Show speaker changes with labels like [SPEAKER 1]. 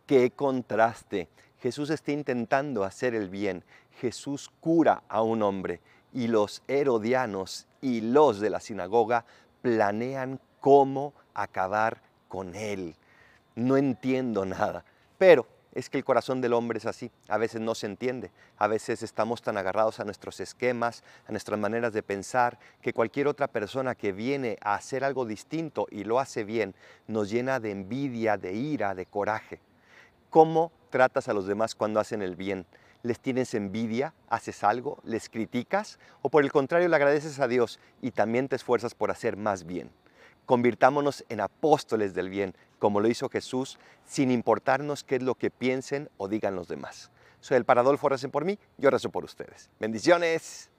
[SPEAKER 1] ¡Qué contraste! Jesús está intentando hacer el bien. Jesús cura a un hombre y los herodianos y los de la sinagoga planean cómo acabar con él. No entiendo nada, pero es que el corazón del hombre es así. A veces no se entiende, a veces estamos tan agarrados a nuestros esquemas, a nuestras maneras de pensar, que cualquier otra persona que viene a hacer algo distinto y lo hace bien, nos llena de envidia, de ira, de coraje. ¿Cómo tratas a los demás cuando hacen el bien? ¿Les tienes envidia? ¿Haces algo? ¿Les criticas? ¿O por el contrario le agradeces a Dios y también te esfuerzas por hacer más bien? Convirtámonos en apóstoles del bien, como lo hizo Jesús, sin importarnos qué es lo que piensen o digan los demás. Soy el Paradolfo, recen por mí, yo rezo por ustedes. ¡Bendiciones!